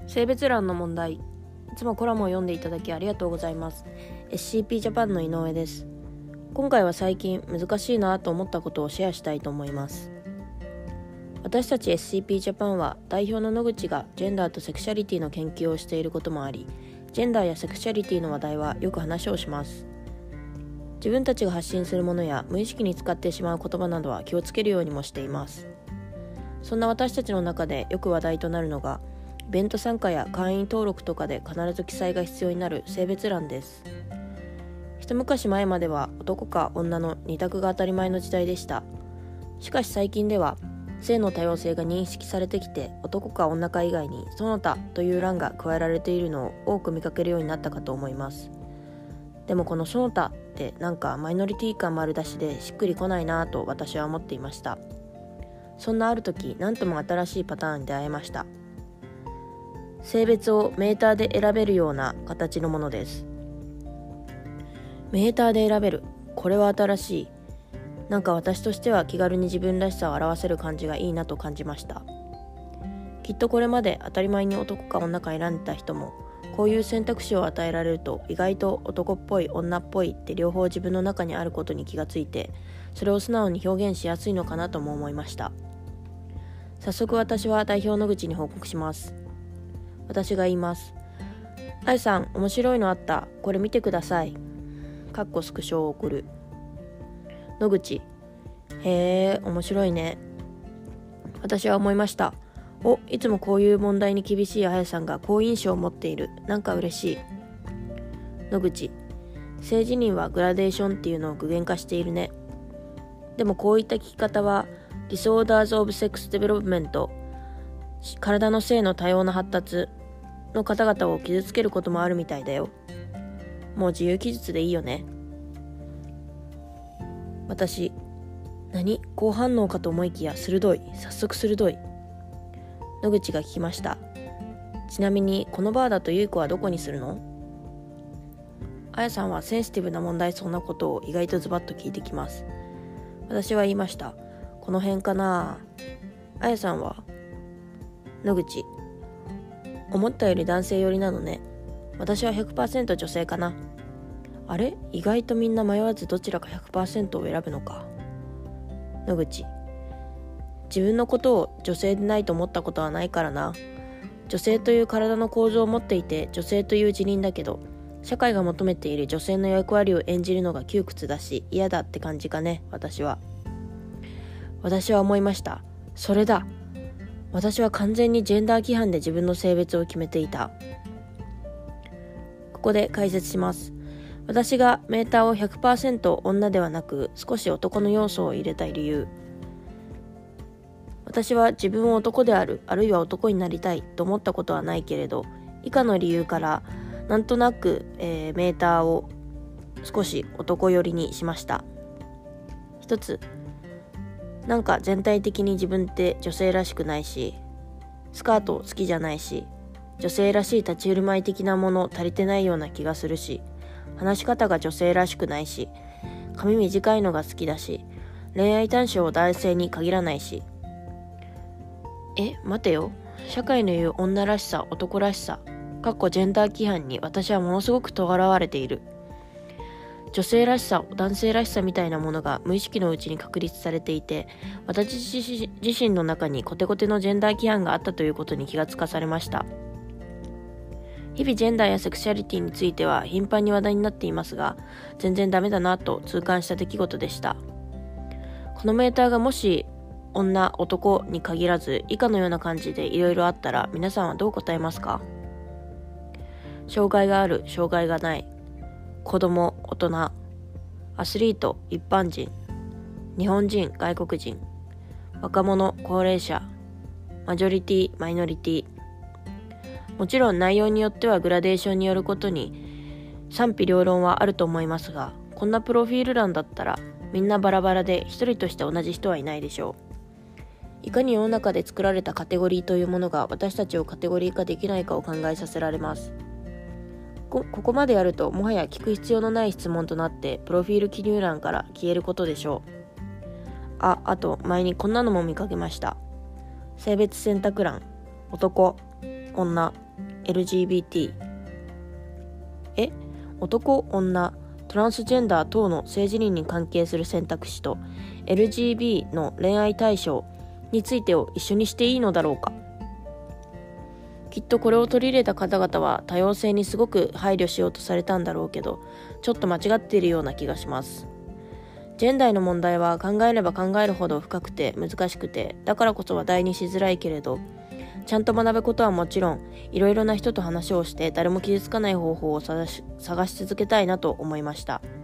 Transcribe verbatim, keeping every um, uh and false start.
性別欄の問題。いつもコラムを読んでいただきありがとうございます。 エスシーピー ジャパンの井上です。今回は最近難しいなと思ったことをシェアしたいと思います。私たち エスシーピー ジャパンは代表の野口がジェンダーとセクシャリティの研究をしていることもあり、ジェンダーやセクシャリティの話題はよく話をします。自分たちが発信するものや無意識に使ってしまう言葉などは気をつけるようにもしています。そんな私たちの中でよく話題となるのが、イベント参加や会員登録とかで必ず記載が必要になる性別欄です。一昔前までは男か女の二択が当たり前の時代でした。しかし最近では性の多様性が認識されてきて、男か女か以外にその他という欄が加えられているのを多く見かけるようになったかと思います。でもこのその他ってなんかマイノリティ感丸出しでしっくりこないなぁと私は思っていました。そんなある時、なんとも新しいパターンに出会いました。性別をメーターで選べるような形のものです。メーターで選べる。これは新しい。なんか私としては気軽に自分らしさを表せる感じがいいなと感じました。きっとこれまで当たり前に男か女か選んでた人も、こういう選択肢を与えられると意外と男っぽい女っぽいって両方自分の中にあることに気がついて、それを素直に表現しやすいのかなとも思いました。早速私は代表野口に報告します。私が言います。あゆさん、面白いのあった。これ見てください。かっこスクショを送る。野口、へー、面白いね。私は思いました。お、いつもこういう問題に厳しいあやさんが好印象を持っている。なんか嬉しい。野口、性自認はグラデーションっていうのを具現化しているね。でもこういった聞き方はDisorders of Sex Development、体の性の多様な発達の方々を傷つけることもあるみたいだよ。もう自由記述でいいよね。私、何？好反応かと思いきや鋭い。早速鋭い。野口が聞きました。ちなみにこのバーだとゆい子はどこにするの？あやさんはセンシティブな問題そうなことを意外とズバッと聞いてきます。私は言いました。この辺かな。あやさんは？野口、思ったより男性寄りなのね。私は ひゃくパーセント 女性かな。あれ？意外とみんな迷わずどちらか ひゃくパーセント を選ぶのか。野口、自分のことを女性でないと思ったことはないからな。女性という体の構造を持っていて女性という自認だけど、社会が求めている女性の役割を演じるのが窮屈だし嫌だって感じかね。私は私は思いました。それだ。私は完全にジェンダー規範で自分の性別を決めていた。ここで解説します。私がメーターを ひゃくパーセント 女ではなく少し男の要素を入れたい理由。私は自分を男である、あるいは男になりたいと思ったことはないけれど、以下の理由からなんとなく、えー、メーターを少し男寄りにしました。一つ、なんか全体的に自分って女性らしくないし、スカート好きじゃないし、女性らしい立ち振る舞い的なもの足りてないような気がするし、話し方が女性らしくないし、髪短いのが好きだし、恋愛対象を男性に限らないし。え、待てよ。社会の言う女らしさ、男らしさ、かっこジェンダー規範に私はものすごくとらわれている。女性らしさ、男性らしさみたいなものが無意識のうちに確立されていて、私自身の中にコテコテのジェンダー規範があったということに気がつかされました。日々ジェンダーやセクシャリティについては頻繁に話題になっていますが、全然ダメだなと痛感した出来事でした。このメーターがもし女、男に限らず以下のような感じでいろいろあったら、皆さんはどう答えますか？障害がある、障害がない、子供、大人、アスリート、一般人、日本人、外国人、若者、高齢者、マジョリティ、マイノリティ。もちろん内容によってはグラデーションによることに賛否両論はあると思いますが、こんなプロフィール欄だったらみんなバラバラで一人として同じ人はいないでしょう。いかに世の中で作られたカテゴリーというものが私たちをカテゴリー化できないかを考えさせられます。こ, ここまでやるともはや聞く必要のない質問となってプロフィール記入欄から消えることでしょう。あ、あと前にこんなのも見かけました。性別選択欄、男、女、 エルジービーティー、え、男、女、トランスジェンダー等の性自認に関係する選択肢と エルジービー の恋愛対象についてを一緒にしていいのだろうか。きっとこれを取り入れた方々は多様性にすごく配慮しようとされたんだろうけど、ちょっと間違っているような気がします。ジェンダーの問題は考えれば考えるほど深くて難しくて、だからこそ話題にしづらいけれど、ちゃんと学ぶことはもちろん、いろいろな人と話をして誰も傷つかない方法を探し、探し続けたいなと思いました。